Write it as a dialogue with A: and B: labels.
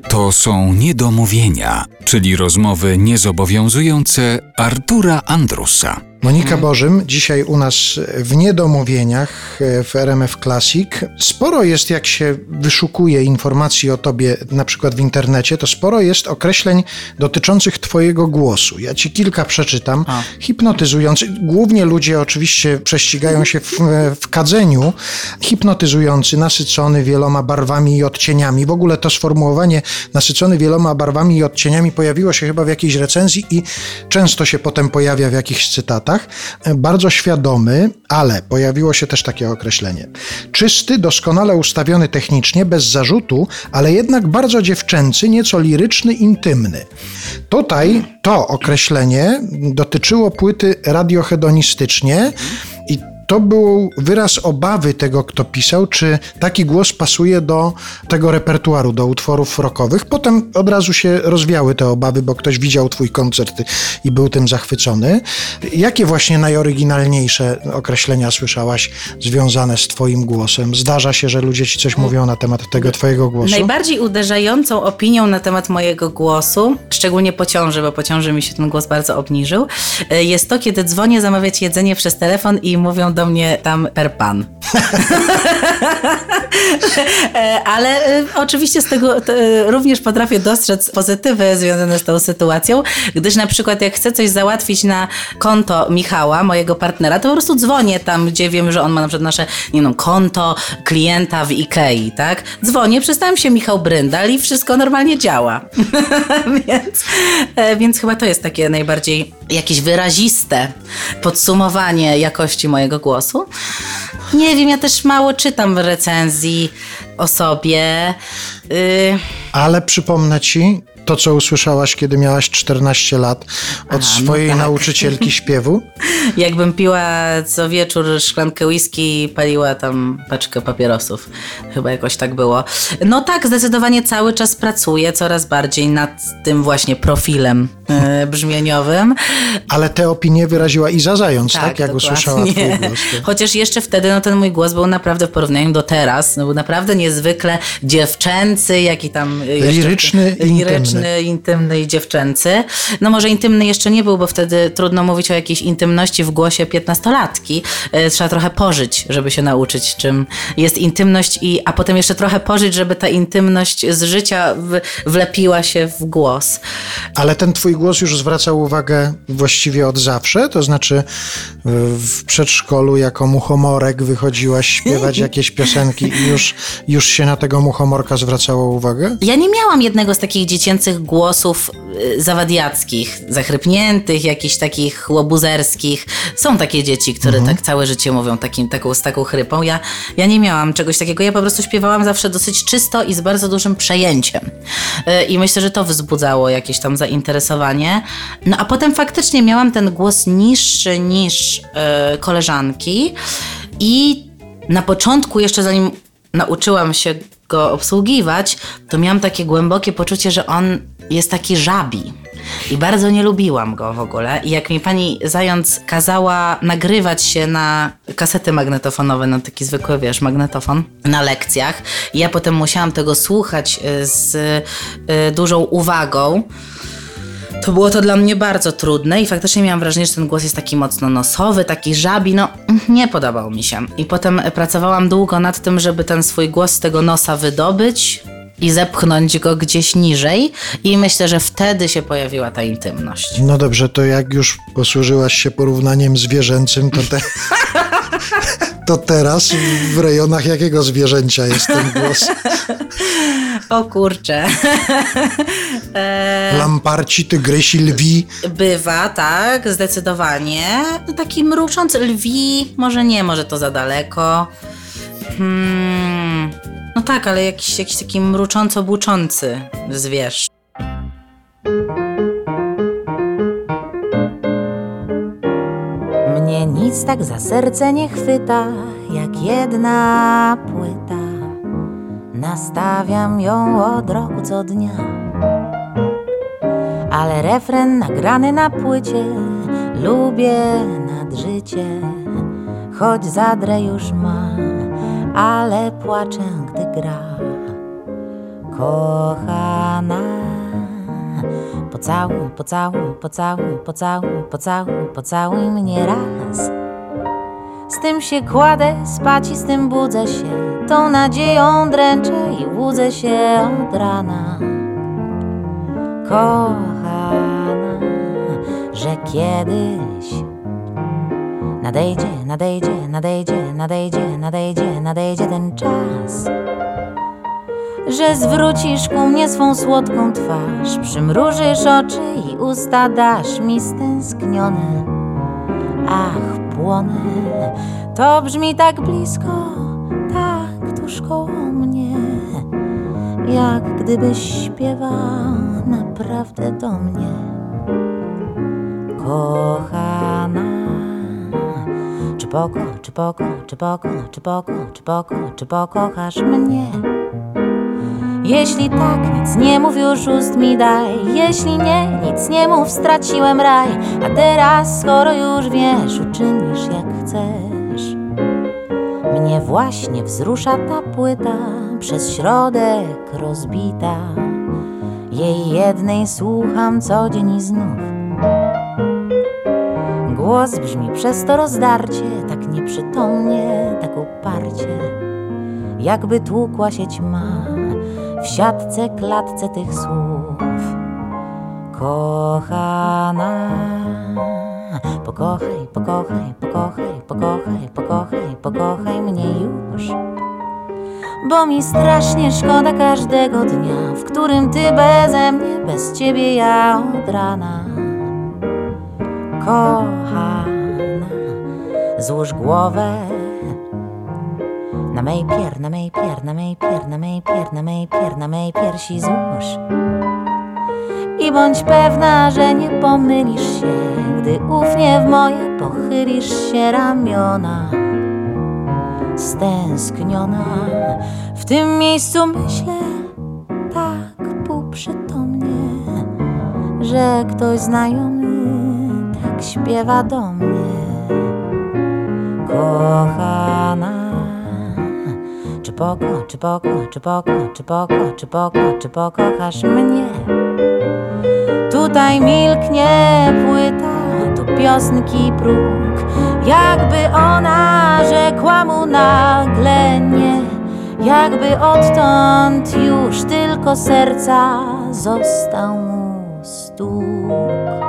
A: To są niedomówienia, czyli rozmowy niezobowiązujące Artura Andrusa.
B: Monika Bożym, dzisiaj u nas w Niedomówieniach w RMF Classic. Sporo jest, jak się wyszukuje informacji o tobie, na przykład w internecie, to sporo jest określeń dotyczących twojego głosu. Ja ci kilka przeczytam. Hipnotyzujący. Głównie ludzie oczywiście prześcigają się w kadzeniu. Hipnotyzujący, nasycony wieloma barwami i odcieniami. W ogóle to sformułowanie nasycony wieloma barwami i odcieniami pojawiło się chyba w jakiejś recenzji i często się potem pojawia w jakichś cytatach. Bardzo świadomy, ale pojawiło się też takie określenie. Czysty, doskonale ustawiony technicznie, bez zarzutu, ale jednak bardzo dziewczęcy, nieco liryczny, intymny. Tutaj to określenie dotyczyło płyty Radiohedonistycznie i to był wyraz obawy tego, kto pisał, czy taki głos pasuje do tego repertuaru, do utworów rockowych. Potem od razu się rozwiały te obawy, bo ktoś widział twój koncert i był tym zachwycony. Jakie właśnie najoryginalniejsze określenia słyszałaś związane z twoim głosem? Zdarza się, że ludzie ci coś mówią na temat tego twojego głosu?
C: Najbardziej uderzającą opinią na temat mojego głosu, szczególnie po ciąży, bo po ciąży mi się ten głos bardzo obniżył, jest to, kiedy dzwonię zamawiać jedzenie przez telefon i mówią do mnie tam per pan. Ale oczywiście z tego również potrafię dostrzec pozytywy związane z tą sytuacją, gdyż na przykład jak chcę coś załatwić na konto Michała, mojego partnera, to po prostu dzwonię tam, gdzie wiem, że on ma na przykład nasze, konto klienta w Ikei, tak? Dzwonię, przedstawiam się Michał Bryndal i wszystko normalnie działa. Więc chyba to jest takie najbardziej jakieś wyraziste podsumowanie jakości mojego głosu. Nie wiem, ja też mało czytam recenzji o sobie.
B: Ale przypomnę ci to, co usłyszałaś, kiedy miałaś 14 lat od swojej nauczycielki śpiewu.
C: Jakbym piła co wieczór szklankę whisky i paliła tam paczkę papierosów. Chyba jakoś tak było. No tak, zdecydowanie cały czas pracuję coraz bardziej nad tym właśnie profilem brzmieniowym.
B: Ale te opinie wyraziła Iza Zając, tak? Jak usłyszała twój głos.
C: Chociaż jeszcze wtedy ten mój głos był naprawdę w porównaniu do teraz, był naprawdę niezwykle dziewczęcy, jak i tam
B: liryczny,
C: intymny i dziewczęcy. No może intymny jeszcze nie był, bo wtedy trudno mówić o jakiejś intymności w głosie 15-latki. Trzeba trochę pożyć, żeby się nauczyć, czym jest intymność, a potem jeszcze trochę pożyć, żeby ta intymność z życia wlepiła się w głos.
B: Ale ten twój głos już zwracał uwagę właściwie od zawsze? To znaczy w przedszkolu jako muchomorek wychodziłaś śpiewać jakieś piosenki i już się na tego muchomorka zwracało uwagę?
C: Ja nie miałam jednego z takich dziecięcych głosów zawadiackich, zachrypniętych, jakichś takich łobuzerskich. Są takie dzieci, które tak całe życie mówią z taką chrypą. Ja nie miałam czegoś takiego. Ja po prostu śpiewałam zawsze dosyć czysto i z bardzo dużym przejęciem. I myślę, że to wzbudzało jakieś tam zainteresowanie. No a potem faktycznie miałam ten głos niższy niż koleżanki i na początku, jeszcze zanim nauczyłam się go obsługiwać, to miałam takie głębokie poczucie, że on jest taki żabi. I bardzo nie lubiłam go w ogóle. I jak mi pani Zając kazała nagrywać się na kasety magnetofonowe, na taki zwykły, magnetofon, na lekcjach, i ja potem musiałam tego słuchać z dużą uwagą, to było to dla mnie bardzo trudne i faktycznie miałam wrażenie, że ten głos jest taki mocno nosowy, taki żabi, nie podobał mi się. I potem pracowałam długo nad tym, żeby ten swój głos z tego nosa wydobyć i zepchnąć go gdzieś niżej i myślę, że wtedy się pojawiła ta intymność.
B: No dobrze, to jak już posłużyłaś się porównaniem zwierzęcym, to teraz w rejonach jakiego zwierzęcia jest ten głos?
C: O kurczę.
B: Lamparci, tygrysi, lwi.
C: Bywa, tak, zdecydowanie. Taki mruczący lwi, może to za daleko. No tak, ale jakiś taki mrucząco-buczący zwierz.
D: Mnie nic tak za serce nie chwyta, jak jedna płyta. Nastawiam ją od roku co dnia, ale refren nagrany na płycie lubię nad życie. Choć zadrę już ma, ale płaczę, gdy gra. Kochana, pocałuj, pocałuj, pocałuj, pocałuj, pocałuj, pocałuj mnie raz. Z tym się kładę spać i z tym budzę się, tą nadzieją dręczę i łudzę się od rana. Kochana, że kiedyś nadejdzie ten czas, że zwrócisz ku mnie swą słodką twarz, przymrużysz oczy i usta dasz mi stęsknione. Ach, płonę, to brzmi tak blisko, tak tuż koło mnie, jak gdybyś śpiewał naprawdę do mnie. Kochana, czy pokochasz mnie? Jeśli tak, nic nie mów, już ust mi daj. Jeśli nie, nic nie mów, straciłem raj. A teraz, skoro już wiesz, uczynisz jak chcesz. Mnie właśnie wzrusza ta płyta, przez środek rozbita. Jej jednej słucham co dzień i znów. Głos brzmi przez to rozdarcie, tak nieprzytomnie, tak uparcie, jakby tłukła się ćma w siatce, klatce tych słów. Kochana, pokochaj, pokochaj, pokochaj, pokochaj, pokochaj, pokochaj mnie już, bo mi strasznie szkoda każdego dnia, w którym ty beze mnie, bez ciebie ja od rana. Kochana, złóż głowę na mej piersi złóż i bądź pewna, że nie pomylisz się, gdy ufnie w moje pochylisz się ramiona. Stęskniona w tym miejscu myślę tak półprzytomnie, że ktoś znajomy tak śpiewa do mnie. Kochana, czy pokochasz mnie? Tutaj milknie płyta, tu piosenki próg, jakby ona rzekła mu nagle nie, jakby odtąd już tylko serca został mu stuk.